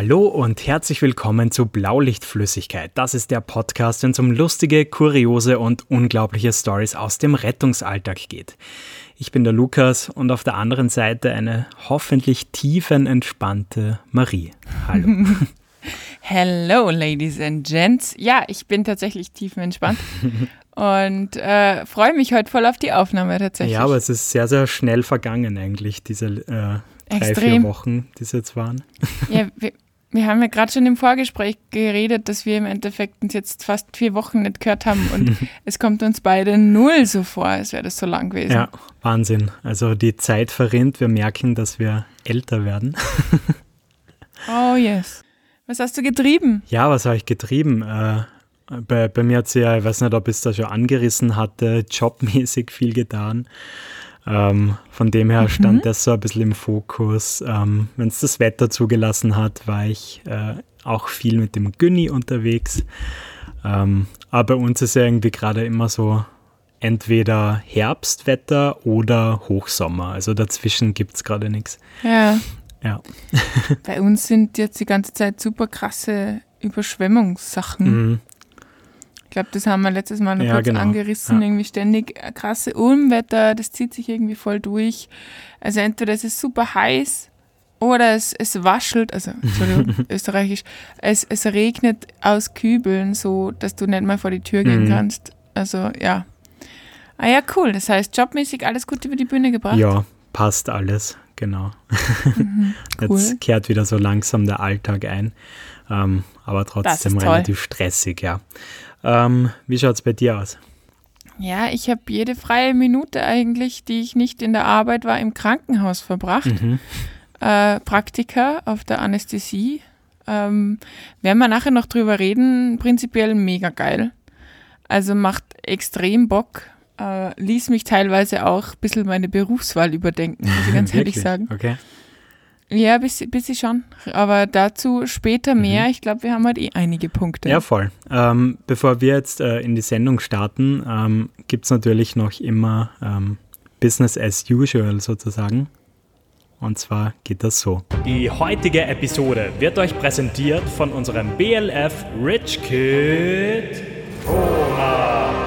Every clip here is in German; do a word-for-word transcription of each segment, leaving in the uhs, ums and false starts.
Hallo und herzlich willkommen zu Blaulichtflüssigkeit. Das ist der Podcast, wenn es um lustige, kuriose und unglaubliche Stories aus dem Rettungsalltag geht. Ich bin der Lukas und auf der anderen Seite eine hoffentlich tiefenentspannte Marie. Hallo. Hello, Ladies and Gents. Ja, ich bin tatsächlich tiefenentspannt und äh, freue mich heute voll auf die Aufnahme tatsächlich. Ja, aber es ist sehr, sehr schnell vergangen eigentlich, diese äh, drei, Extrem. vier Wochen, die es jetzt waren. Ja, wir, wir haben ja gerade schon im Vorgespräch geredet, dass wir im Endeffekt uns jetzt fast vier Wochen nicht gehört haben und es kommt uns beide null so vor, als wäre das so lang gewesen. Ja, Wahnsinn. Also die Zeit verrinnt, wir merken, dass wir älter werden. Oh yes. Was hast du getrieben? Ja, was habe ich getrieben? Äh, bei, bei mir hat sie ja, ich weiß nicht, ob ich es da schon angerissen hatte, jobmäßig viel getan. Ähm, von dem her mhm. stand das so ein bisschen im Fokus. Ähm, wenn es das Wetter zugelassen hat, war ich äh, auch viel mit dem Günni unterwegs. Ähm, aber bei uns ist ja irgendwie gerade immer so entweder Herbstwetter oder Hochsommer. Also dazwischen gibt es gerade nichts. Ja. Ja. Bei uns sind jetzt die ganze Zeit super krasse Überschwemmungssachen. Mhm. Ich glaube, das haben wir letztes Mal noch Ja, kurz genau. angerissen. Ja. Irgendwie ständig krasse Unwetter, das zieht sich irgendwie voll durch. Also entweder es ist super heiß oder es, es waschelt, also Entschuldigung, österreichisch, es, es regnet aus Kübeln, so dass du nicht mal vor die Tür gehen Mhm. kannst. Also ja. Ah ja, cool. Das heißt, jobmäßig alles gut über die Bühne gebracht. Ja, passt alles. Genau. Mhm, cool. Jetzt kehrt wieder so langsam der Alltag ein, ähm, aber trotzdem relativ stressig, ja. Ähm, wie schaut es bei dir aus? Ja, ich habe jede freie Minute eigentlich, die ich nicht in der Arbeit war, im Krankenhaus verbracht. Mhm. Äh, Praktika auf der Anästhesie. Ähm, werden wir nachher noch drüber reden, prinzipiell mega geil. Also macht extrem Bock. Äh, ließ mich teilweise auch ein bisschen meine Berufswahl überdenken, muss ich ganz ehrlich sagen. Okay. Ja, bis, bis ich schon. Aber dazu später mehr. Mhm. Ich glaube, wir haben halt eh einige Punkte. Ja, voll. Ähm, bevor wir jetzt äh, in die Sendung starten, ähm, gibt es natürlich noch immer ähm, Business as usual sozusagen. Und zwar geht das so. Die heutige Episode wird euch präsentiert von unserem B L F Rich Kid Thomas.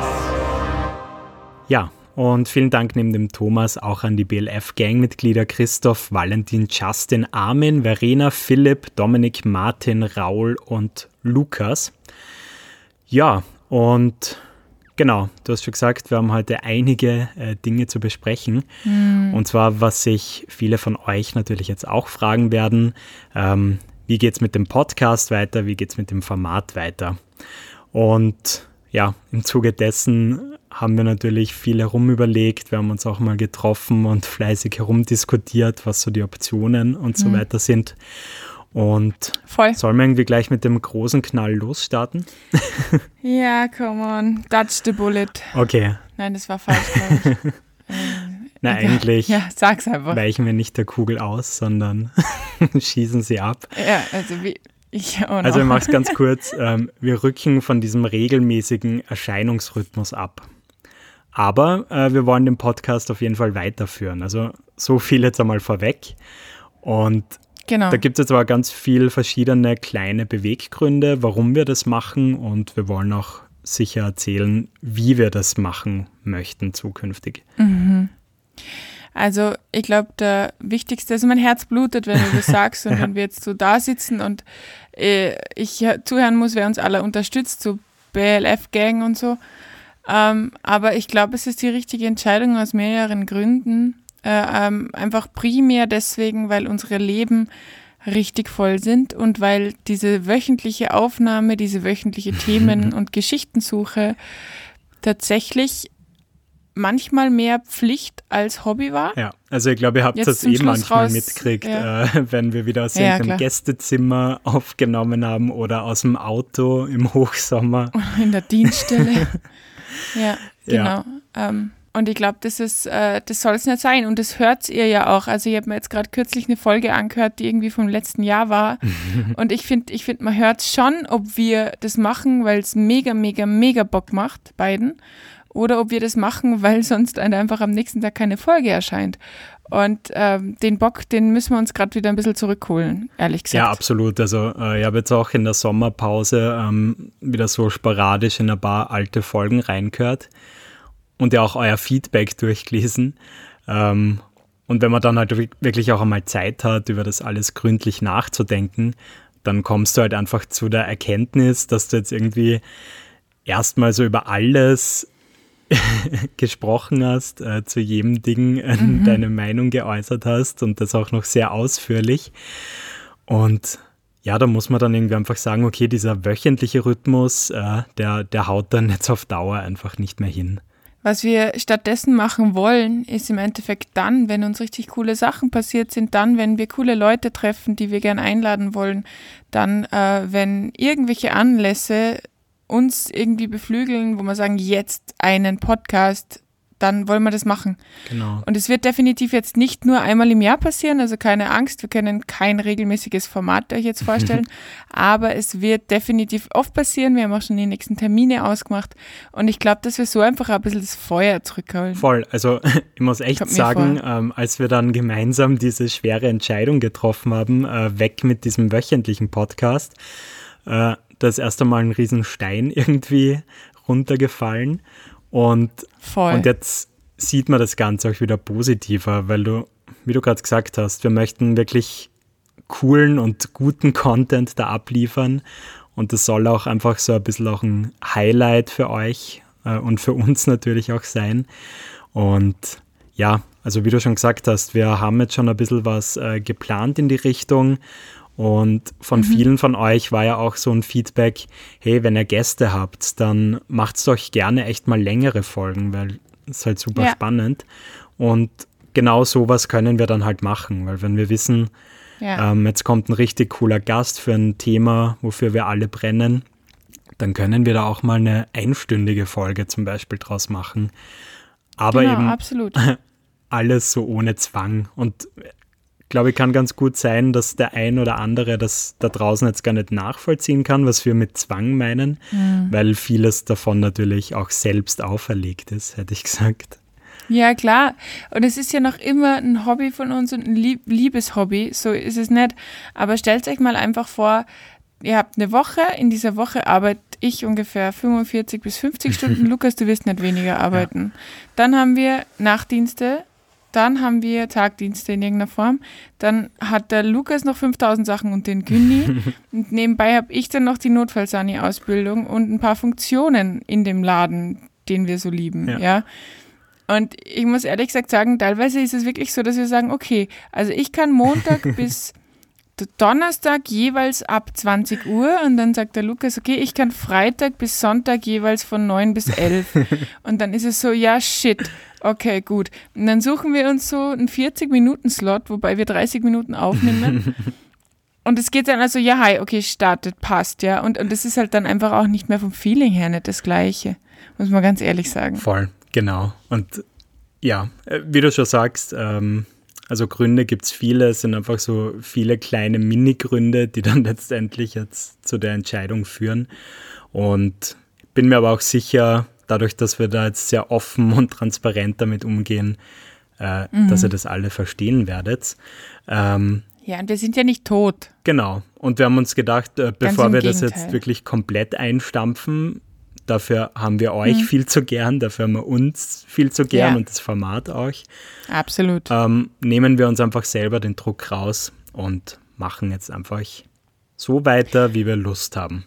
Ja, und vielen Dank neben dem Thomas auch an die B L F-Gangmitglieder Christoph, Valentin, Justin, Armin, Verena, Philipp, Dominik, Martin, Raul und Lukas. Ja, und genau, du hast schon gesagt, wir haben heute einige äh, Dinge zu besprechen. Mhm. Und zwar, was sich viele von euch natürlich jetzt auch fragen werden, ähm, wie geht es mit dem Podcast weiter, wie geht es mit dem Format weiter? Und ja, im Zuge dessen haben wir natürlich viel herumüberlegt. Wir haben uns auch mal getroffen und fleißig herumdiskutiert, was so die Optionen und so mhm. weiter sind. Und Voll. Sollen wir irgendwie gleich mit dem großen Knall losstarten? Ja, come on. Dodge the bullet. Okay. Nein, das war falsch, glaube ich. äh, Na, egal. eigentlich ja, sag's einfach. weichen wir nicht der Kugel aus, sondern schießen sie ab. Ja, also wie... Ich, oh no. Also ich mache es ganz kurz. Ähm, wir rücken von diesem regelmäßigen Erscheinungsrhythmus ab. Aber äh, wir wollen den Podcast auf jeden Fall weiterführen. Also so viel jetzt einmal vorweg. Und genau. Da gibt es jetzt aber ganz viele verschiedene kleine Beweggründe, warum wir das machen. Und wir wollen auch sicher erzählen, wie wir das machen möchten zukünftig. Mhm. Also ich glaube, der wichtigste, also mein Herz blutet, wenn du das sagst und ja. wenn wir jetzt so da sitzen und äh, ich zuhören muss, wer uns alle unterstützt, so B L F-Gang und so. Ähm, aber ich glaube, es ist die richtige Entscheidung aus mehreren Gründen. Äh, ähm, einfach primär deswegen, weil unsere Leben richtig voll sind und weil diese wöchentliche Aufnahme, diese wöchentliche Themen- und Geschichtensuche tatsächlich manchmal mehr Pflicht als Hobby war. Ja, also ich glaube, ihr habt Jetzt das zum eh Schluss manchmal raus, mitgekriegt, ja. äh, wenn wir wieder aus Ja, irgendeinem klar. Gästezimmer aufgenommen haben oder aus dem Auto im Hochsommer. Oder in der Dienststelle. ja, genau. Ja. Ähm, und ich glaube, das ist, äh, das soll es nicht sein. Und das hört ihr ja auch. Also ich habe mir jetzt gerade kürzlich eine Folge angehört, die irgendwie vom letzten Jahr war. Und ich finde, ich find, man hört schon, ob wir das machen, weil es mega, mega, mega Bock macht, beiden. oder ob wir das machen, weil sonst einfach am nächsten Tag keine Folge erscheint. Und ähm, den Bock, den müssen wir uns gerade wieder ein bisschen zurückholen, ehrlich gesagt. Ja, absolut. Also äh, ich habe jetzt auch in der Sommerpause ähm, wieder so sporadisch in ein paar alte Folgen reingehört und ja auch euer Feedback durchgelesen. Ähm, und wenn man dann halt wirklich auch einmal Zeit hat, über das alles gründlich nachzudenken, dann kommst du halt einfach zu der Erkenntnis, dass du jetzt irgendwie erstmal so über alles gesprochen hast, äh, zu jedem Ding äh, mhm. deine Meinung geäußert hast und das auch noch sehr ausführlich. Und ja, da muss man dann irgendwie einfach sagen, okay, dieser wöchentliche Rhythmus, äh, der, der haut dann jetzt auf Dauer einfach nicht mehr hin. Was wir stattdessen machen wollen, ist im Endeffekt dann, wenn uns richtig coole Sachen passiert sind, dann, wenn wir coole Leute treffen, die wir gerne einladen wollen, dann, äh, wenn irgendwelche Anlässe uns irgendwie beflügeln, wo wir sagen, jetzt einen Podcast, dann wollen wir das machen. Genau. Und es wird definitiv jetzt nicht nur einmal im Jahr passieren, also keine Angst, wir können kein regelmäßiges Format euch jetzt vorstellen, aber es wird definitiv oft passieren, wir haben auch schon die nächsten Termine ausgemacht und ich glaube, dass wir so einfach ein bisschen das Feuer zurückholen. Voll, also ich muss echt Kommt sagen, ähm, als wir dann gemeinsam diese schwere Entscheidung getroffen haben, äh, weg mit diesem wöchentlichen Podcast, äh, da ist erst einmal ein Riesenstein irgendwie runtergefallen und, und jetzt sieht man das Ganze auch wieder positiver, weil du, wie du gerade gesagt hast, wir möchten wirklich coolen und guten Content da abliefern und das soll auch einfach so ein bisschen auch ein Highlight für euch äh, und für uns natürlich auch sein. Und ja, also wie du schon gesagt hast, wir haben jetzt schon ein bisschen was äh, geplant in die Richtung. Und von mhm. vielen von euch war ja auch so ein Feedback, hey, wenn ihr Gäste habt, dann macht's doch gerne echt mal längere Folgen, weil es halt super ja. spannend. Und genau sowas können wir dann halt machen, weil wenn wir wissen, ja. ähm, jetzt kommt ein richtig cooler Gast für ein Thema, wofür wir alle brennen, dann können wir da auch mal eine einstündige Folge zum Beispiel draus machen. Aber genau, eben absolut. alles so ohne Zwang. Und ich glaube, kann ganz gut sein, dass der ein oder andere das da draußen jetzt gar nicht nachvollziehen kann, was wir mit Zwang meinen, mhm. weil vieles davon natürlich auch selbst auferlegt ist, hätte ich gesagt. Ja, klar. Und es ist ja noch immer ein Hobby von uns und ein Lieb- Liebeshobby, so ist es nicht. Aber stellt euch mal einfach vor, ihr habt eine Woche, in dieser Woche arbeite ich ungefähr fünfundvierzig bis fünfzig Stunden. Lukas, du wirst nicht weniger arbeiten. Ja. Dann haben wir Nachtdienste. Dann haben wir Tagdienste in irgendeiner Form. Dann hat der Lukas noch fünftausend Sachen und den Günni. Und nebenbei habe ich dann noch die Notfallsani-Ausbildung und ein paar Funktionen in dem Laden, den wir so lieben. Ja. ja. Und ich muss ehrlich gesagt sagen, teilweise ist es wirklich so, dass wir sagen, okay, also ich kann Montag bis Donnerstag jeweils ab zwanzig Uhr und dann sagt der Lukas, okay, ich kann Freitag bis Sonntag jeweils von neun bis elf. Und dann ist es so, ja, shit, okay, gut. Und dann suchen wir uns so einen vierzig-Minuten-Slot, wobei wir dreißig Minuten aufnehmen. Und es geht dann also, ja, hi, okay, startet, passt, ja. Und, und das ist halt dann einfach auch nicht mehr vom Feeling her nicht das Gleiche, muss man ganz ehrlich sagen. Voll, genau. Und ja, wie du schon sagst, ähm, also Gründe gibt es viele, es sind einfach so viele kleine Mini-Gründe, die dann letztendlich jetzt zu der Entscheidung führen. Und bin mir aber auch sicher, dadurch, dass wir da jetzt sehr offen und transparent damit umgehen, äh, mhm. dass ihr das alle verstehen werdet. Ähm, ja, und wir sind ja nicht tot. Genau. Und wir haben uns gedacht, äh, bevor wir das jetzt wirklich komplett einstampfen, dafür haben wir euch mhm. viel zu gern, dafür haben wir uns viel zu gern ja. und das Format auch. Absolut. Ähm, nehmen wir uns einfach selber den Druck raus und machen jetzt einfach so weiter, wie wir Lust haben.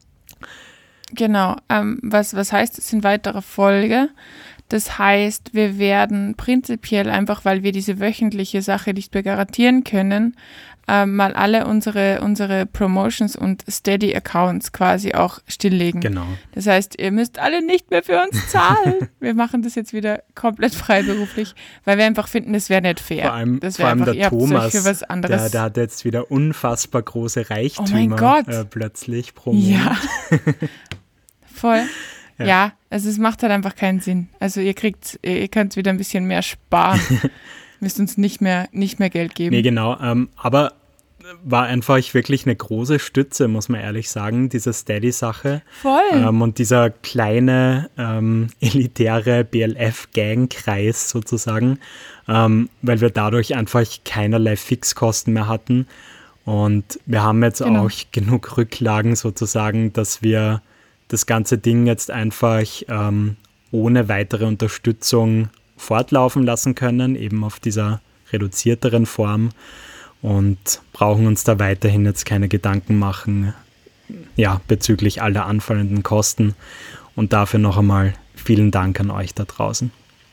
Genau. Ähm, was, was heißt es in weiterer Folge? Das heißt, wir werden prinzipiell einfach, weil wir diese wöchentliche Sache nicht mehr garantieren können, äh, mal alle unsere, unsere Promotions und Steady-Accounts quasi auch stilllegen. Genau. Das heißt, ihr müsst alle nicht mehr für uns zahlen. Wir machen das jetzt wieder komplett freiberuflich, weil wir einfach finden, das wäre nicht fair. Vor allem, das vor allem einfach, der Thomas, für was anderes. Der, der hat jetzt wieder unfassbar große Reichtümer oh mein Gott. Äh, plötzlich pro Monat. Ja, voll. Ja. ja, also es macht halt einfach keinen Sinn. Also ihr kriegt, ihr könnt wieder ein bisschen mehr sparen. Müsst uns nicht mehr, nicht mehr Geld geben. Nee, genau. Ähm, aber war einfach wirklich eine große Stütze, muss man ehrlich sagen, diese Steady-Sache. Voll. Ähm, und dieser kleine, ähm, elitäre B L F-Gang-Kreis sozusagen, ähm, weil wir dadurch einfach keinerlei Fixkosten mehr hatten. Und wir haben jetzt Genau. auch genug Rücklagen sozusagen, dass wir das ganze Ding jetzt einfach ähm, ohne weitere Unterstützung fortlaufen lassen können, eben auf dieser reduzierteren Form. Und brauchen uns da weiterhin jetzt keine Gedanken machen, ja, bezüglich aller anfallenden Kosten. Und dafür noch einmal vielen Dank an euch da draußen.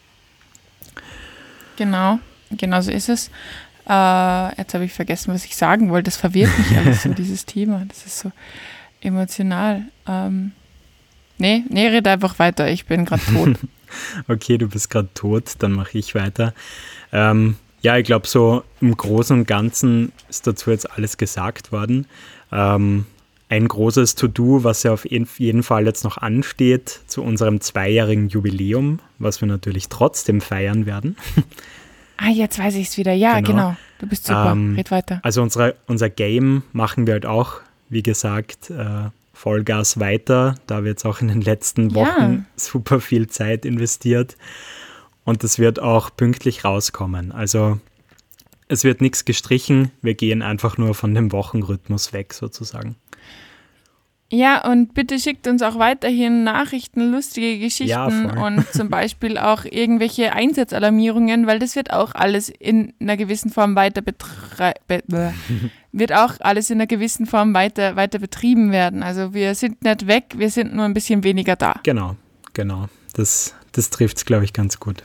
Genau, genau so ist es. Äh, jetzt habe ich vergessen, was ich sagen wollte. Das verwirrt mich alles so, dieses Thema. Das ist so emotional. Ähm, nee, nee, red einfach weiter. Ich bin gerade tot. Okay, du bist gerade tot, dann mache ich weiter. Ähm, Ja, ich glaube, so im Großen und Ganzen ist dazu jetzt alles gesagt worden. Ähm, ein großes To-Do, was ja auf jeden Fall jetzt noch ansteht, zu unserem zweijährigen Jubiläum, was wir natürlich trotzdem feiern werden. Ah, jetzt weiß ich es wieder. Ja, genau. Genau. Du bist super. Ähm, Red weiter. Also unsere, unser Game machen wir halt auch, wie gesagt, äh, Vollgas weiter. Da haben wir jetzt auch in den letzten Wochen Ja. super viel Zeit investiert. Und das wird auch pünktlich rauskommen. Also es wird nichts gestrichen. Wir gehen einfach nur von dem Wochenrhythmus weg sozusagen. Ja, und bitte schickt uns auch weiterhin Nachrichten, lustige Geschichten Ja, voll. und zum Beispiel auch irgendwelche Einsatzalarmierungen, weil das wird auch alles in einer gewissen Form weiter betreiben. wird auch alles in einer gewissen Form weiter, weiter betrieben werden. Also wir sind nicht weg, wir sind nur ein bisschen weniger da. Genau, genau. Das, das trifft es, glaube ich, ganz gut.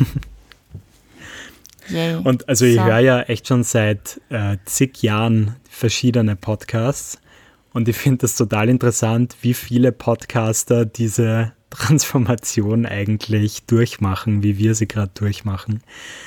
Yay. Und also ich So. höre ja echt schon seit äh, zig Jahren verschiedene Podcasts und ich finde das total interessant, wie viele Podcaster diese Transformation eigentlich durchmachen, wie wir sie gerade durchmachen.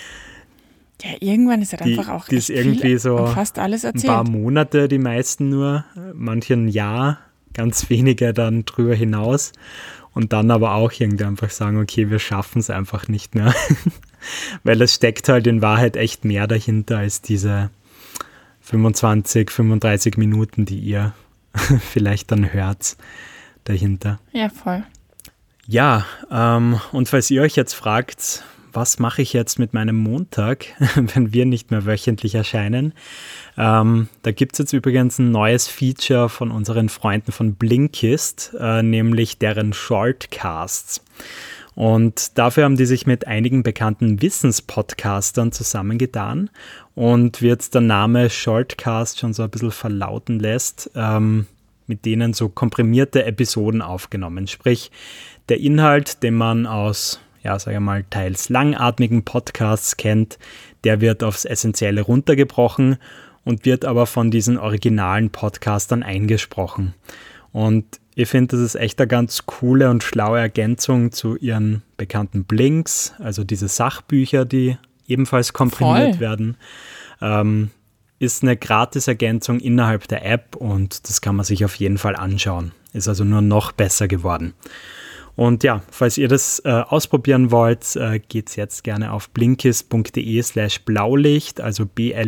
Ja, irgendwann ist halt Die- einfach auch die ist echt irgendwie viel so und fast alles Ein erzählt. paar Monate, die meisten nur, manche ein Jahr, ganz wenige dann drüber hinaus und dann aber auch irgendwie einfach sagen, okay, wir schaffen es einfach nicht mehr. Weil es steckt halt in Wahrheit echt mehr dahinter als diese fünfundzwanzig, fünfunddreißig Minuten, die ihr vielleicht dann hört dahinter. Ja, voll. Ja, ähm, und falls ihr euch jetzt fragt, was mache ich jetzt mit meinem Montag, wenn wir nicht mehr wöchentlich erscheinen, ähm, da gibt es jetzt übrigens ein neues Feature von unseren Freunden von Blinkist, äh, nämlich deren Shortcasts. Und dafür haben die sich mit einigen bekannten Wissenspodcastern zusammengetan und wie jetzt der Name Shortcast schon so ein bisschen verlauten lässt, ähm, mit denen so komprimierte Episoden aufgenommen. Sprich, der Inhalt, den man aus, ja, sage ich mal, teils langatmigen Podcasts kennt, der wird aufs Essentielle runtergebrochen und wird aber von diesen originalen Podcastern eingesprochen. Und ich finde, das ist echt eine ganz coole und schlaue Ergänzung zu ihren bekannten Blinks, also diese Sachbücher, die ebenfalls komprimiert Voll. werden. Ähm, ist eine Gratis-Ergänzung innerhalb der App und das kann man sich auf jeden Fall anschauen. Ist also nur noch besser geworden. Und ja, falls ihr das äh, ausprobieren wollt, äh, geht's jetzt gerne auf blinkist.de slash blaulicht, also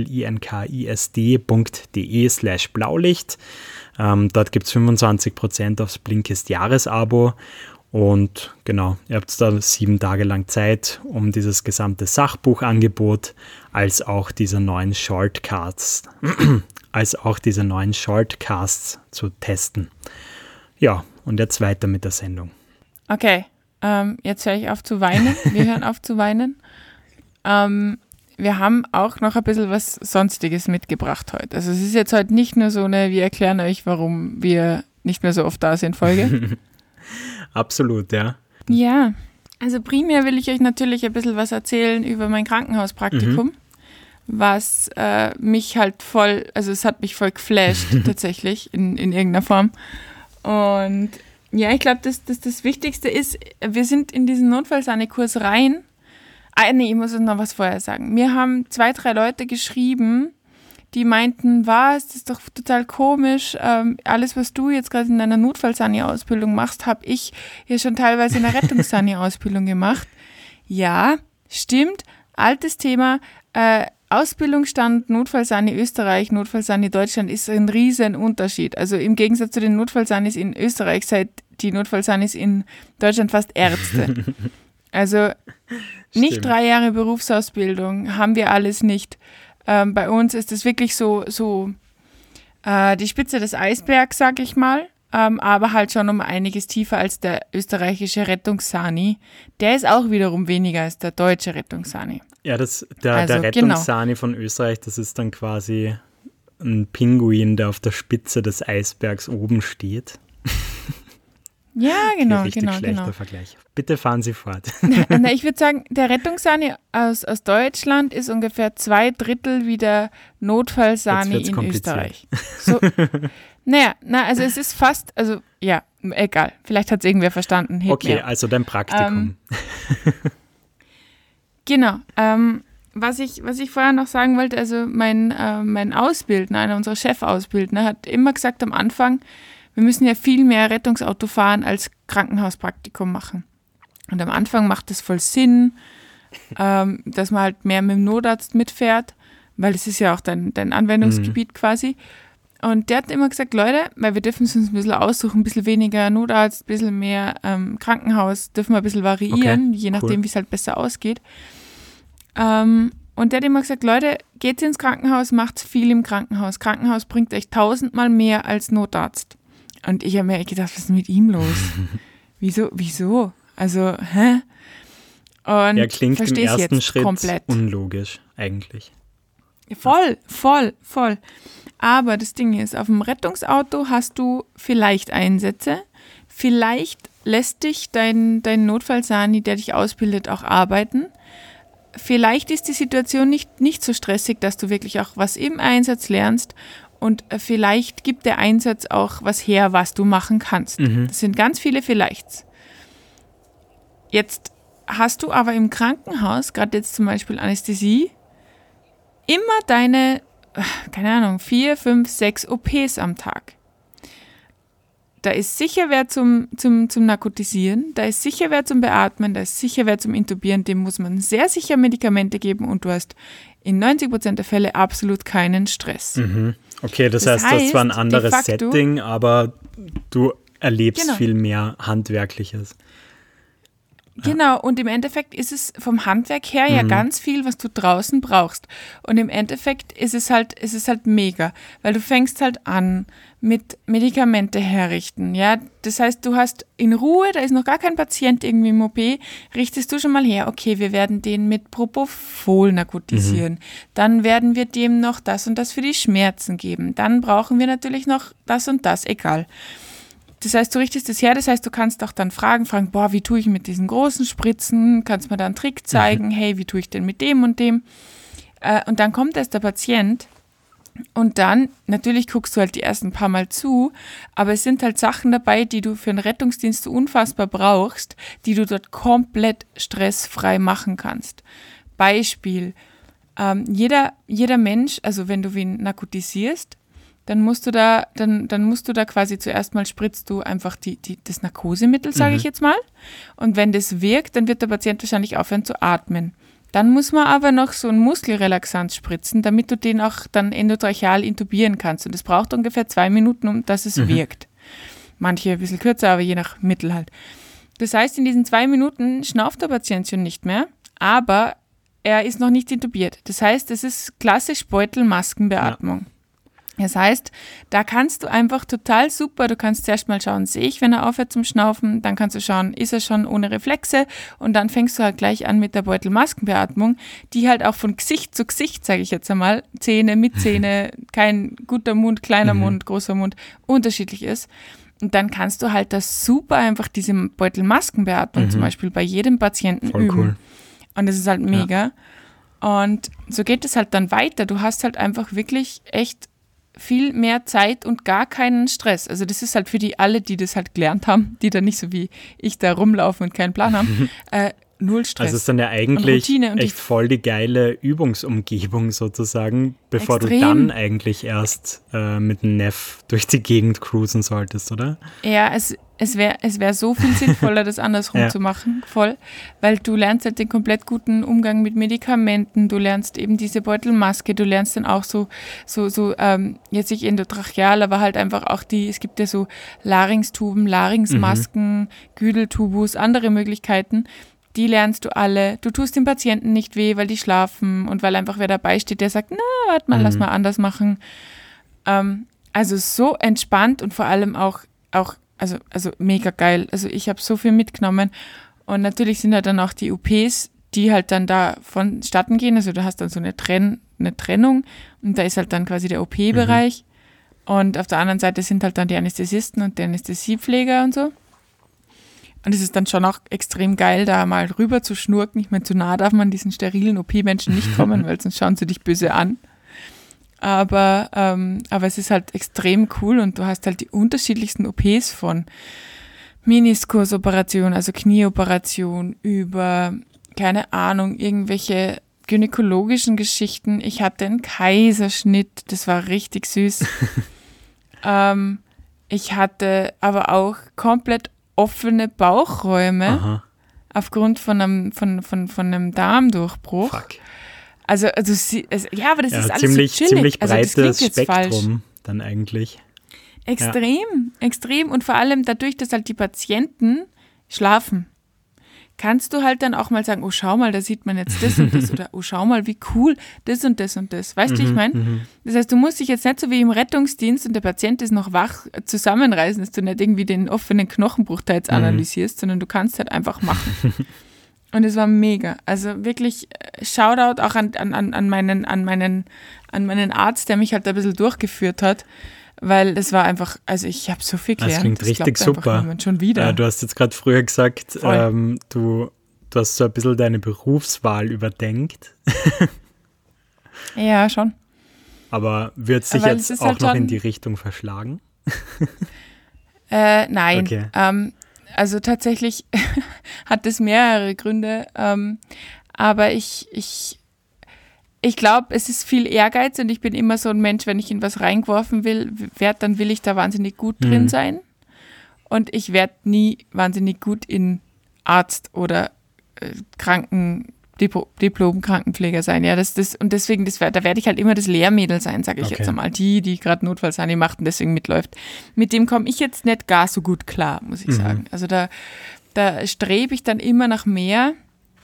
b-l-i-n-k-i-s-d.de slash blaulicht. Ähm, dort gibt es fünfundzwanzig Prozent aufs Blinkist-Jahresabo und genau, ihr habt da sieben Tage lang Zeit, um dieses gesamte Sachbuchangebot als auch diese neuen Shortcasts, als auch diese neuen Shortcasts zu testen. Ja, und jetzt weiter mit der Sendung. Okay, ähm, jetzt höre ich auf zu weinen. Wir hören auf zu weinen. Ähm, wir haben auch noch ein bisschen was Sonstiges mitgebracht heute. Also es ist jetzt heute nicht nur so eine, wir erklären euch, warum wir nicht mehr so oft da sind, Folge. Absolut, ja. Ja, also primär will ich euch natürlich ein bisschen was erzählen über mein Krankenhauspraktikum, Mhm. was äh, mich halt voll, also es hat mich voll geflasht tatsächlich in, in irgendeiner Form. Und ja, ich glaube, dass, dass das Wichtigste ist, wir sind in diesen Notfallsani-Kurs rein. Ah, nee, ich muss noch was vorher sagen. Mir haben zwei, drei Leute geschrieben, die meinten, was, das ist doch total komisch. Ähm, alles, was du jetzt gerade in deiner Notfallsani-Ausbildung machst, habe ich ja schon teilweise in der Rettungssani-Ausbildung gemacht. Ja, stimmt, altes Thema. Äh, Ausbildungsstand Notfallsani Österreich, Notfallsani Deutschland ist ein riesen Unterschied. Also im Gegensatz zu den Notfallsanis in Österreich seid die Notfallsanis in Deutschland fast Ärzte. Also nicht Stimmt. drei Jahre Berufsausbildung, haben wir alles nicht. Ähm, bei uns ist es wirklich so, so äh, die Spitze des Eisbergs, sag ich mal, ähm, aber halt schon um einiges tiefer als der österreichische Rettungssani. Der ist auch wiederum weniger als der deutsche Rettungssani. Ja, das, der, Also, der Rettungssani von Österreich, das ist dann quasi ein Pinguin, der auf der Spitze des Eisbergs oben steht. Ja, genau, Okay, richtig genau, schlechter genau. Vergleich. Bitte fahren Sie fort. Na, ich würde sagen, der Rettungssani aus, aus Deutschland ist ungefähr zwei Drittel wie der Notfallsani Jetzt wird's in kompliziert. Österreich. So, naja, na, also es ist fast, also ja, egal, vielleicht hat es irgendwer verstanden. Hebt Okay, mir. also dein Praktikum. Ähm, Genau. Ähm, was, ich, was ich vorher noch sagen wollte, also mein, äh, mein Ausbildner, einer unserer Chefausbildner, hat immer gesagt am Anfang, wir müssen ja viel mehr Rettungsauto fahren als Krankenhauspraktikum machen. Und am Anfang macht es voll Sinn, ähm, dass man halt mehr mit dem Notarzt mitfährt, weil das ist ja auch dein, dein Anwendungsgebiet Mhm. quasi. Und der hat immer gesagt, Leute, weil wir dürfen es uns ein bisschen aussuchen, ein bisschen weniger Notarzt, ein bisschen mehr ähm, Krankenhaus, dürfen wir ein bisschen variieren, Okay, je cool. nachdem, wie es halt besser ausgeht. Ähm, und der hat immer gesagt, Leute, geht ins Krankenhaus, macht viel im Krankenhaus. Krankenhaus bringt euch tausendmal mehr als Notarzt. Und ich habe mir gedacht, was ist denn mit ihm los? wieso, wieso? Also, hä? Und Er klingt im versteh's ersten jetzt Schritt komplett. unlogisch, eigentlich. Voll, voll, voll. Aber das Ding ist, auf dem Rettungsauto hast du vielleicht Einsätze, vielleicht lässt dich dein, dein Notfallsani, der dich ausbildet, auch arbeiten. Vielleicht ist die Situation nicht, nicht so stressig, dass du wirklich auch was im Einsatz lernst und vielleicht gibt der Einsatz auch was her, was du machen kannst. Mhm. Das sind ganz viele Vielleichts. Jetzt hast du aber im Krankenhaus, gerade jetzt zum Beispiel Anästhesie, immer deine, keine Ahnung, vier, fünf, sechs O Ps am Tag. Da ist sicher wer zum, zum, zum Narkotisieren, da ist sicher wer zum Beatmen, da ist sicher wer zum Intubieren, dem muss man sehr sicher Medikamente geben und du hast in neunzig Prozent der Fälle absolut keinen Stress. Mhm. Okay, das, Das heißt, das ist zwar ein heißt, de anderes facto- Setting, aber du erlebst Genau. viel mehr Handwerkliches. Genau, und im Endeffekt ist es vom Handwerk her ja ganz viel, was du draußen brauchst. Und im Endeffekt ist es halt, ist es halt mega, weil du fängst halt an mit Medikamente herrichten. Ja, das heißt, du hast in Ruhe, da ist noch gar kein Patient irgendwie im O P, richtest du schon mal her, okay, wir werden den mit Propofol narkotisieren. Dann werden wir dem noch das und das für die Schmerzen geben. Dann brauchen wir natürlich noch das und das, egal. Das heißt, du richtest es her, das heißt, du kannst auch dann fragen, fragen, boah, wie tue ich mit diesen großen Spritzen? Kannst mir da einen Trick zeigen? Mhm. Hey, wie tue ich denn mit dem und dem? Äh, und dann kommt erst der Patient und dann, natürlich guckst du halt die ersten paar Mal zu, aber es sind halt Sachen dabei, die du für einen Rettungsdienst so unfassbar brauchst, die du dort komplett stressfrei machen kannst. Beispiel, ähm, jeder, jeder Mensch, also wenn du wen narkotisierst, dann musst du da, dann, dann musst du da quasi zuerst mal spritzt du einfach die, die, das Narkosemittel, sage Mhm. ich jetzt mal. Und wenn das wirkt, dann wird der Patient wahrscheinlich aufhören zu atmen. Dann muss man aber noch so einen Muskelrelaxanz spritzen, damit du den auch dann endotracheal intubieren kannst. Und es braucht ungefähr zwei Minuten, um dass es Mhm. wirkt. Manche ein bisschen kürzer, aber je nach Mittel halt. Das heißt, in diesen zwei Minuten schnauft der Patient schon nicht mehr, aber er ist noch nicht intubiert. Das heißt, es ist klassisch Beutelmaskenbeatmung. Das heißt, da kannst du einfach total super, du kannst zuerst mal schauen, sehe ich, wenn er aufhört zum Schnaufen, dann kannst du schauen, ist er schon ohne Reflexe und dann fängst du halt gleich an mit der Beutelmaskenbeatmung, die halt auch von Gesicht zu Gesicht, sage ich jetzt einmal, Zähne mit Zähne, kein guter Mund, kleiner Mhm. Mund, großer Mund, unterschiedlich ist. Und dann kannst du halt das super einfach diese Beutelmaskenbeatmung Mhm. zum Beispiel bei jedem Patienten Voll üben. cool. Und das ist halt mega. Und so geht es halt dann weiter. Du hast halt einfach wirklich echt viel mehr Zeit und gar keinen Stress. Also das ist halt für die alle, die das halt gelernt haben, die da nicht so wie ich da rumlaufen und keinen Plan haben, äh, null Stress. Also es ist dann ja eigentlich und und echt voll die geile Übungsumgebung sozusagen, bevor Extrem. du dann eigentlich erst äh, mit dem Neff durch die Gegend cruisen solltest, oder? Ja, es, es wäre es wär so viel sinnvoller, das andersrum Ja. zu machen, voll, weil du lernst halt den komplett guten Umgang mit Medikamenten, du lernst eben diese Beutelmaske, du lernst dann auch so, so, so ähm, jetzt nicht endotracheal, aber halt einfach auch die, es gibt ja so Larynxtuben, Larynxmasken, mhm. Güdeltubus, andere Möglichkeiten, die lernst du alle. Du tust dem Patienten nicht weh, weil die schlafen und weil einfach wer dabei steht, der sagt, na, warte mal, mhm. lass mal anders machen. Ähm, also so entspannt und vor allem auch, auch also, also mega geil. Also ich habe so viel mitgenommen und natürlich sind halt dann auch die U Ps, die halt dann da vonstatten gehen. Also du hast dann so eine, Trenn, eine Trennung und da ist halt dann quasi der O P-Bereich mhm. und auf der anderen Seite sind halt dann die Anästhesisten und die Anästhesiepfleger und so. Und es ist dann schon auch extrem geil, da mal rüber zu schnurken. Ich meine, zu nah darf man diesen sterilen O P-Menschen nicht kommen, weil sonst schauen sie dich böse an. Aber, ähm, aber es ist halt extrem cool und du hast halt die unterschiedlichsten O Ps von Meniskusoperation, also Knieoperation, über, keine Ahnung, irgendwelche gynäkologischen Geschichten. Ich hatte einen Kaiserschnitt, das war richtig süß. ähm, ich hatte aber auch komplett offene Bauchräume Aha. aufgrund von einem, von, von, von einem Darmdurchbruch. Fuck. Also, also, sie, also, ja, aber das ja, ist alles ziemlich, so chillig. Ziemlich breites also, Spektrum dann eigentlich. Extrem, ja. extrem. Und vor allem dadurch, dass halt die Patienten schlafen, kannst du halt dann auch mal sagen, oh, schau mal, da sieht man jetzt das und das oder oh, schau mal, wie cool, das und das und das. Weißt du, mhm, wie ich meine? Das heißt, du musst dich jetzt nicht so wie im Rettungsdienst und der Patient ist noch wach zusammenreißen, dass du nicht irgendwie den offenen Knochenbruch da jetzt mhm. analysierst, sondern du kannst halt einfach machen. Und es war mega. Also wirklich Shoutout auch an, an, an, meinen, an, meinen, an meinen Arzt, der mich halt ein bisschen durchgeführt hat, weil das war einfach, also ich habe so viel gelernt. Das klingt das richtig super. Schon wieder. Äh, du hast jetzt gerade früher gesagt, ähm, du, du hast so ein bisschen deine Berufswahl überdenkt. Ja, schon. Aber wird sich weil jetzt auch halt noch in die Richtung verschlagen? äh, nein. Okay. Ähm, also tatsächlich hat es mehrere Gründe, ähm, aber ich, ich, ich glaube, es ist viel Ehrgeiz und ich bin immer so ein Mensch, wenn ich in was reingeworfen will, werd, dann will ich da wahnsinnig gut mhm. drin sein und ich werde nie wahnsinnig gut in Arzt oder äh, Kranken, Dipl- Diplom-Krankenpfleger sein. Ja, das, das, und deswegen, das, da werde ich halt immer das Lehrmädel sein, sage ich okay. jetzt einmal. Die, die gerade Notfallsani macht und deswegen mitläuft. Mit dem komme ich jetzt nicht gar so gut klar, muss ich mhm. sagen. Also da, da strebe ich dann immer nach mehr.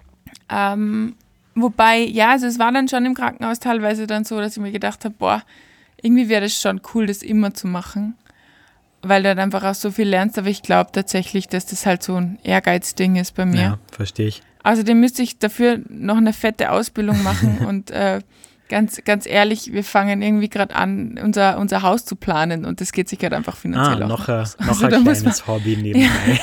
Ähm, wobei, ja, also es war dann schon im Krankenhaus teilweise dann so, dass ich mir gedacht habe, boah, irgendwie wäre das schon cool, das immer zu machen. Weil du dann einfach auch so viel lernst, aber ich glaube tatsächlich, dass das halt so ein Ehrgeizding ist bei mir. Ja, verstehe ich. Außerdem müsste ich dafür noch eine fette Ausbildung machen und äh, ganz, ganz ehrlich, wir fangen irgendwie gerade an, unser, unser Haus zu planen und das geht sich halt einfach finanziell ah, auch noch. Ein, aus. noch also, ein kleines man, Hobby nebenbei.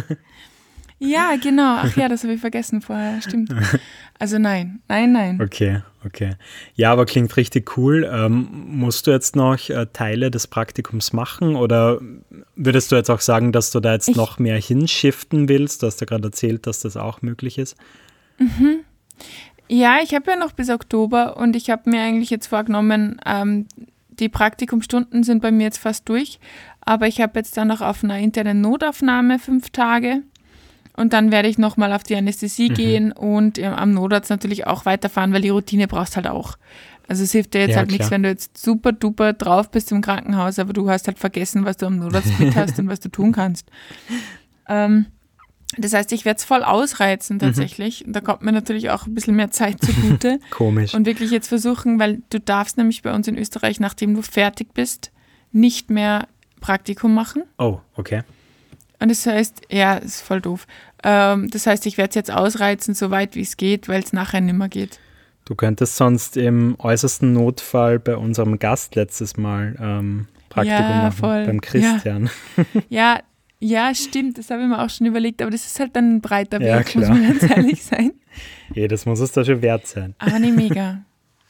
Ja. ja, genau. Ach ja, das habe ich vergessen vorher, stimmt. Also nein, nein, nein. Okay, okay. Ja, aber klingt richtig cool. Ähm, musst du jetzt noch äh, Teile des Praktikums machen oder würdest du jetzt auch sagen, dass du da jetzt ich, noch mehr hinschiften willst? Du hast ja gerade erzählt, dass das auch möglich ist. Mhm. Ja, ich habe ja noch bis Oktober und ich habe mir eigentlich jetzt vorgenommen, ähm, die Praktikumsstunden sind bei mir jetzt fast durch, aber ich habe jetzt dann noch auf einer internen Notaufnahme fünf Tage. Und dann werde ich nochmal auf die Anästhesie mhm. gehen und ähm, am Notarzt natürlich auch weiterfahren, weil die Routine brauchst halt auch. Also es hilft dir jetzt ja, halt klar. nichts, wenn du jetzt super duper drauf bist im Krankenhaus, aber du hast halt vergessen, was du am Notarzt mit hast und was du tun kannst. Ähm, das heißt, ich werde es voll ausreizen tatsächlich. Mhm. Da kommt mir natürlich auch ein bisschen mehr Zeit zugute. Komisch. Und wirklich jetzt versuchen, weil du darfst nämlich bei uns in Österreich, nachdem du fertig bist, nicht mehr Praktikum machen. Oh, okay. Und das heißt, ja, ist voll doof. Ähm, das heißt, ich werde es jetzt ausreizen, so weit wie es geht, weil es nachher nicht mehr geht. Du könntest sonst im äußersten Notfall bei unserem Gast letztes Mal ähm, Praktikum ja, machen, voll. beim Christian. Ja. ja, ja, stimmt, das habe ich mir auch schon überlegt, aber das ist halt dann ein breiter Weg, ja, klar. muss man ganz ehrlich sein. Ja, das muss es da schon wert sein. Aber nee, mega.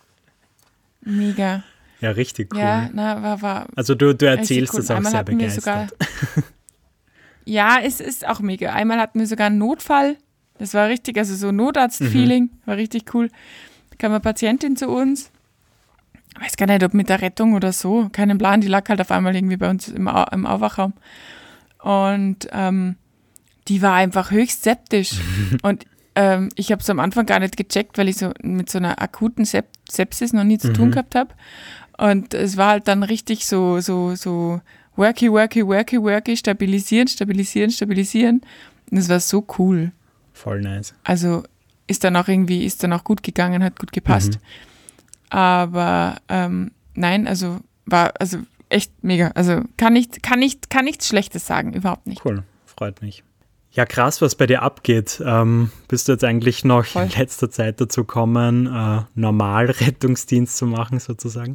Mega. Ja, richtig cool. Ja, na, war, war also du, du erzählst es cool. auch Einmal sehr begeistert. Sogar, ja, es ist auch mega. Einmal hatten wir sogar einen Notfall, Das war richtig, also so Notarzt-Feeling, mhm. war richtig cool. Da kam eine Patientin zu uns, ich weiß gar nicht, ob mit der Rettung oder so, keinen Plan, die lag halt auf einmal irgendwie bei uns im, Au- im Aufwachraum. Und ähm, die war einfach höchst septisch. Und ähm, ich habe es am Anfang gar nicht gecheckt, weil ich so mit so einer akuten Sep- Sepsis noch nie zu mhm. tun gehabt habe. Und es war halt dann richtig so, so, so worky, worky, worky, worky, stabilisieren, stabilisieren, stabilisieren. Und es war so cool. Voll nice. Also ist dann auch irgendwie, ist dann auch gut gegangen, hat gut gepasst. Mhm. Aber ähm, nein, also war also echt mega. Also kann nicht, kann nicht, kann nichts Schlechtes sagen, überhaupt nicht. Cool, freut mich. Ja, krass, was bei dir abgeht. Ähm, bist du jetzt eigentlich noch Voll. in letzter Zeit dazu gekommen, äh, normal Rettungsdienst zu machen, sozusagen?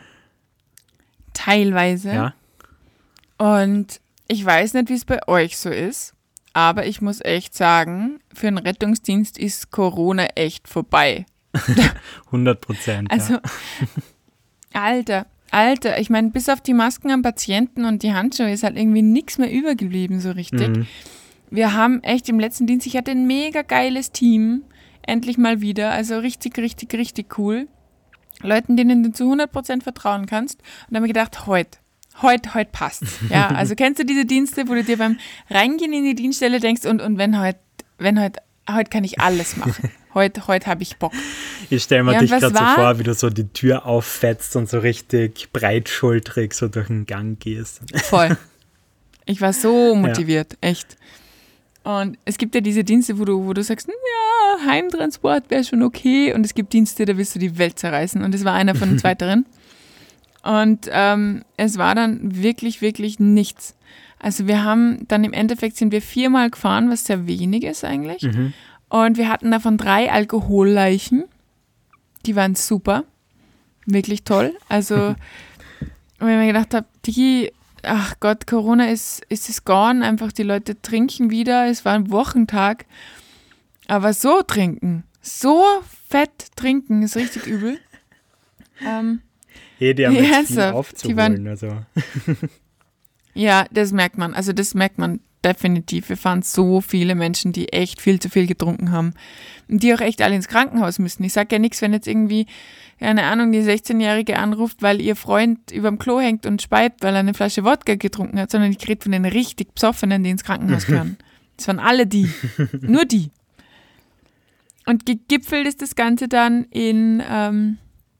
Teilweise. Ja. Und ich weiß nicht, wie es bei euch so ist, aber ich muss echt sagen, für einen Rettungsdienst ist Corona echt vorbei. hundert Prozent. Also, ja. Alter, Alter, ich meine, bis auf die Masken am Patienten und die Handschuhe ist halt irgendwie nichts mehr übergeblieben so richtig. Mhm. Wir haben echt im letzten Dienst, ich hatte ein mega geiles Team, endlich mal wieder, also richtig, richtig, richtig cool. Leuten, denen du zu hundert Prozent vertrauen kannst. Und da haben wir gedacht, heute, heute, heute passt's. Ja, also kennst du diese Dienste, wo du dir beim Reingehen in die Dienststelle denkst und, und wenn heute, wenn heute, heute kann ich alles machen. Heute, heute habe ich Bock. Ich stelle mir ja, dich gerade so vor, wie du so die Tür auffetzt und so richtig breitschultrig so durch den Gang gehst. Voll. Ich war so motiviert, ja. echt. Und es gibt ja diese Dienste, wo du, wo du sagst, ja, Heimtransport wäre schon okay. Und es gibt Dienste, da willst du die Welt zerreißen. Und das war einer von den Zweiteren. Und ähm, es war dann wirklich, wirklich nichts. Also wir haben dann im Endeffekt sind wir viermal gefahren, was sehr wenig ist eigentlich. Mhm. Und wir hatten davon drei Alkoholleichen. Die waren super. Wirklich toll. Also, wenn ich mir gedacht habe, die, ach Gott, Corona ist, ist es gone. Einfach die Leute trinken wieder. Es war ein Wochentag. Aber so trinken, so fett trinken, ist richtig übel. Ähm, hey, die haben ja, jetzt viel aufzuholen. Die waren, also. Ja, das merkt man. Also das merkt man definitiv. Wir fahren so viele Menschen, die echt viel zu viel getrunken haben und die auch echt alle ins Krankenhaus müssen. Ich sage ja nichts, wenn jetzt irgendwie, keine Ahnung, die sechzehnjährige anruft, weil ihr Freund überm Klo hängt und speit, weil er eine Flasche Wodka getrunken hat, sondern ich rede von den richtig Psoffenen, die ins Krankenhaus gehören. Das waren alle die. Nur die. Und gegipfelt ist das Ganze dann in, ähm,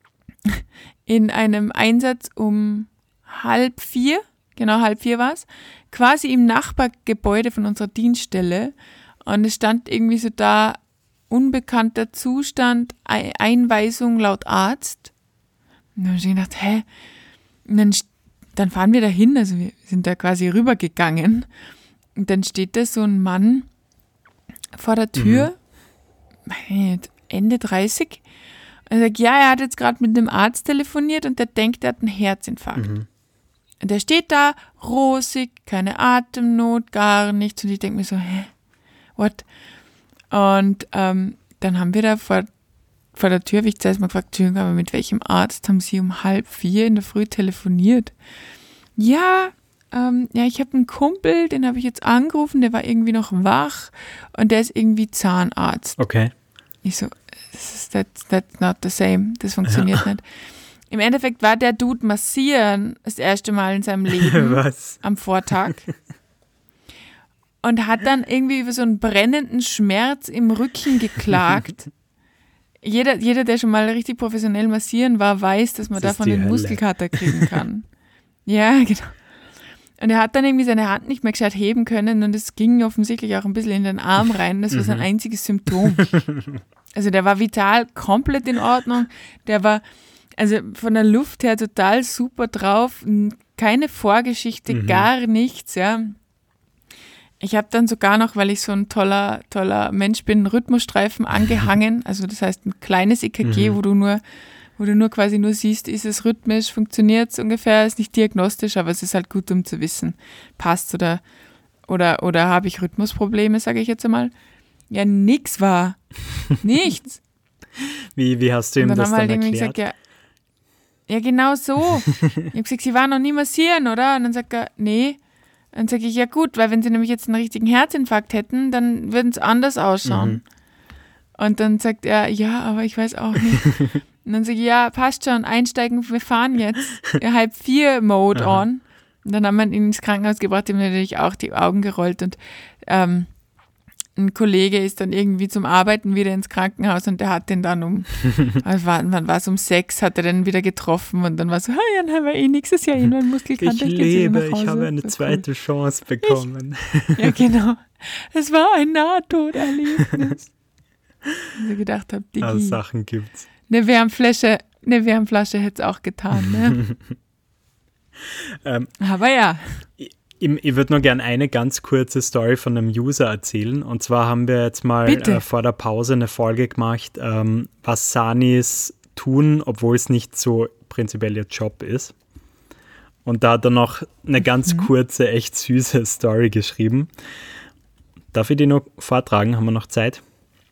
in einem Einsatz um halb vier, genau halb vier war es, quasi im Nachbargebäude von unserer Dienststelle. Und es stand irgendwie so da, unbekannter Zustand, Einweisung laut Arzt. Und dann habe ich gedacht, hä? Und dann, dann fahren wir da hin, also wir sind da quasi rübergegangen. Und dann steht da so ein Mann vor der Tür, mhm. Ende dreißig. Und er sagt, ja, er hat jetzt gerade mit dem Arzt telefoniert und der denkt, er hat einen Herzinfarkt. Mhm. Und der steht da, rosig, keine Atemnot, gar nichts. Und ich denke mir so, hä, what? Und ähm, dann haben wir da vor, vor der Tür, wie ich zuerst mal gefragt, Entschuldigung, aber mit welchem Arzt haben Sie um halb vier in der Früh telefoniert? Ja, ähm, ja, ich habe einen Kumpel, den habe ich jetzt angerufen, der war irgendwie noch wach und der ist irgendwie Zahnarzt. Okay. Ich so, that's, that's not the same, das funktioniert ja. nicht. Im Endeffekt war der Dude massieren das erste Mal in seinem Leben Was? am Vortag und hat dann irgendwie über so einen brennenden Schmerz im Rücken geklagt. Jeder, jeder, der schon mal richtig professionell massieren war, weiß, dass man das davon einen Hölle. Muskelkater kriegen kann. Ja, genau. Und er hat dann irgendwie seine Hand nicht mehr gescheit heben können und es ging offensichtlich auch ein bisschen in den Arm rein. Das war sein einziges Symptom. Also der war vital komplett in Ordnung. Der war also von der Luft her total super drauf. Keine Vorgeschichte, mhm. gar nichts, ja. Ich habe dann sogar noch, weil ich so ein toller, toller Mensch bin, einen Rhythmusstreifen angehangen. Also das heißt ein kleines E K G, mhm. wo du nur, wo du nur quasi nur siehst, ist es rhythmisch, funktioniert es ungefähr, ist nicht diagnostisch, aber es ist halt gut, um zu wissen, passt oder, oder, oder habe ich Rhythmusprobleme, sage ich jetzt einmal. Ja, nix war. Nichts. Wie, wie hast du ihm dann das dann halt erklärt? Gesagt, ja, ja, genau so. Ich habe gesagt, Sie waren noch nie massieren, oder? Und dann sagt er, nee. Dann sage ich, ja gut, weil wenn sie nämlich jetzt einen richtigen Herzinfarkt hätten, dann würden es anders ausschauen. Mhm. Und dann sagt er, ja, aber ich weiß auch nicht. Und dann sage ich, ja, passt schon, einsteigen, wir fahren jetzt. Halb vier Mode Aha. on. Und dann haben wir ihn ins Krankenhaus gebracht, ihm natürlich auch die Augen gerollt. Und ähm, ein Kollege ist dann irgendwie zum Arbeiten wieder ins Krankenhaus und der hat den dann um, also wann, wann war es, um sechs, hat er den wieder getroffen und dann war so, hey, dann haben wir eh nächstes Jahr in meinen Muskelkater. Ich lebe, ich habe eine zweite Chance bekommen. Ich, ja, genau. Es war ein Nahtoderlebnis. Also gedacht habe, Digi, Also Sachen gibt's. eine Wärmflasche, eine Wärmflasche hätte es auch getan, ne? ähm, Aber ja. Ich, ich würde nur gerne eine ganz kurze Story von einem User erzählen. Und zwar haben wir jetzt mal äh, vor der Pause eine Folge gemacht, ähm, was Sanis tun, obwohl es nicht so prinzipiell ihr Job ist. Und da hat er noch eine ganz mhm. kurze, echt süße Story geschrieben. Darf ich die noch vortragen? Haben wir noch Zeit?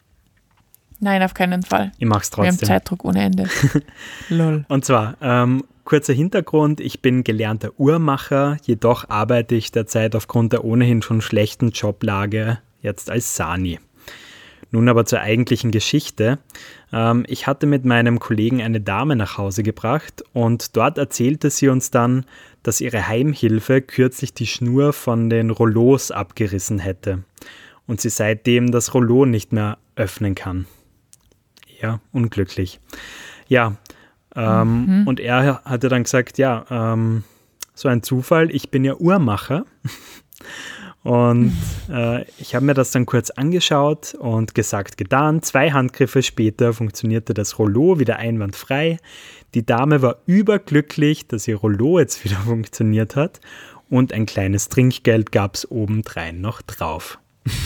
Nein, auf keinen Fall. Ich mach's trotzdem. Wir haben Zeitdruck ohne Ende. Lol. Und zwar, ähm, kurzer Hintergrund, ich bin gelernter Uhrmacher, jedoch arbeite ich derzeit aufgrund der ohnehin schon schlechten Joblage jetzt als Sani. Nun aber zur eigentlichen Geschichte. Ähm, ich hatte mit meinem Kollegen eine Dame nach Hause gebracht und dort erzählte sie uns dann, dass ihre Heimhilfe kürzlich die Schnur von den Rollos abgerissen hätte und sie seitdem das Rollo nicht mehr öffnen kann. Ja, unglücklich. Ja, ähm, mhm. und er hatte dann gesagt, ja, ähm, so ein Zufall, ich bin ja Uhrmacher und äh, ich habe mir das dann kurz angeschaut und gesagt, getan. Zwei Handgriffe später funktionierte das Rollo wieder einwandfrei. Die Dame war überglücklich, dass ihr Rollo jetzt wieder funktioniert hat und ein kleines Trinkgeld gab es obendrein noch drauf.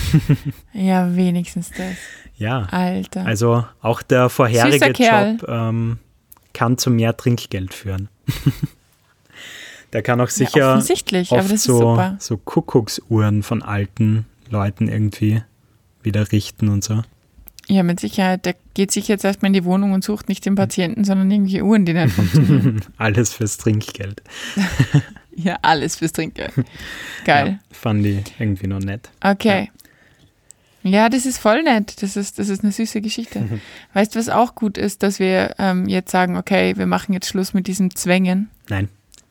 Ja, wenigstens das. Ja, Alter. Also auch der vorherige Job ähm, kann zu mehr Trinkgeld führen. Der kann auch sicher ja, offensichtlich, oft aber das so, ist super. so Kuckucksuhren von alten Leuten irgendwie wieder richten und so. Ja, mit Sicherheit. Der geht sich jetzt erstmal in die Wohnung und sucht nicht den Patienten, sondern irgendwelche Uhren, die nicht funktionieren. Alles fürs Trinkgeld. Ja, alles fürs Trinkgeld. Geil. Ja, fand ich irgendwie noch nett. Okay. Ja. Ja, das ist voll nett. Das ist, das ist eine süße Geschichte. Mhm. Weißt du, was auch gut ist, dass wir ähm, jetzt sagen, okay, wir machen jetzt Schluss mit diesen Zwängen? Nein.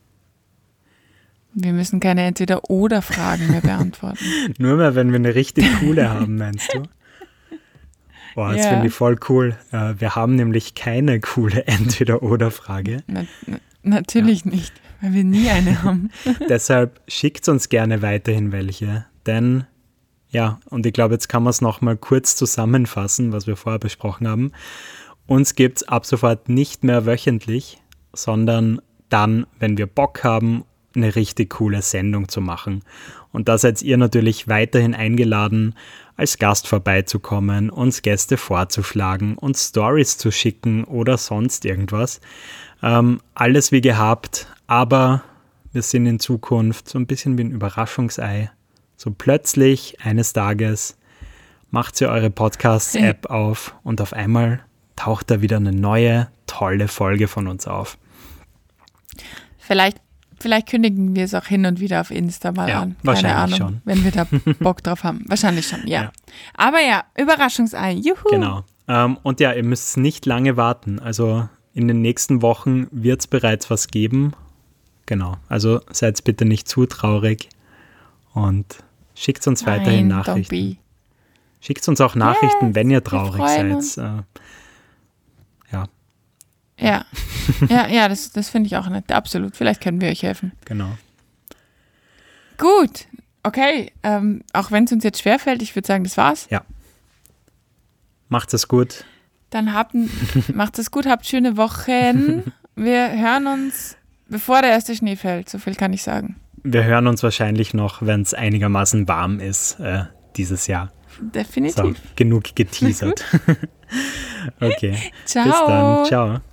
Wir müssen keine Entweder-Oder-Fragen mehr beantworten. Nur mehr, wenn wir eine richtig coole haben, meinst du? Boah, das ja. finde ich voll cool. Äh, wir haben nämlich keine coole Entweder-Oder-Frage. Na, na, natürlich ja. nicht, weil wir nie eine haben. Deshalb schickt uns gerne weiterhin welche, denn ja, und ich glaube, jetzt kann man es nochmal kurz zusammenfassen, was wir vorher besprochen haben. Uns gibt es ab sofort nicht mehr wöchentlich, sondern dann, wenn wir Bock haben, eine richtig coole Sendung zu machen. Und da seid ihr natürlich weiterhin eingeladen, als Gast vorbeizukommen, uns Gäste vorzuschlagen, uns Stories zu schicken oder sonst irgendwas. Ähm, alles wie gehabt, aber wir sind in Zukunft so ein bisschen wie ein Überraschungsei. So plötzlich eines Tages macht ihr eure Podcast-App auf und auf einmal taucht da wieder eine neue, tolle Folge von uns auf. Vielleicht, vielleicht kündigen wir es auch hin und wieder auf Insta mal ja, an. Keine wahrscheinlich Ahnung, schon. Wenn wir da Bock drauf haben. Wahrscheinlich schon, ja. ja. Aber ja, Überraschungsei, juhu. Genau. Ähm, und ja, ihr müsst nicht lange warten. Also in den nächsten Wochen wird es bereits was geben. Genau. Also seid bitte nicht zu traurig und schickt uns Nein, weiterhin Nachrichten. Schickt uns auch Nachrichten, yes, wenn ihr traurig seid. Äh, ja. Ja, ja, ja, das, das finde ich auch nett. Absolut. Vielleicht können wir euch helfen. Genau. Gut. Okay. Ähm, auch wenn es uns jetzt schwerfällt, ich würde sagen, das war's. Ja. Macht es gut. Dann habt, macht es gut, habt schöne Wochen. Wir hören uns, bevor der erste Schnee fällt. So viel kann ich sagen. Wir hören uns wahrscheinlich noch, wenn es einigermaßen warm ist äh, dieses Jahr. Definitiv. So, genug geteasert. Okay. Ciao. Bis dann. Ciao.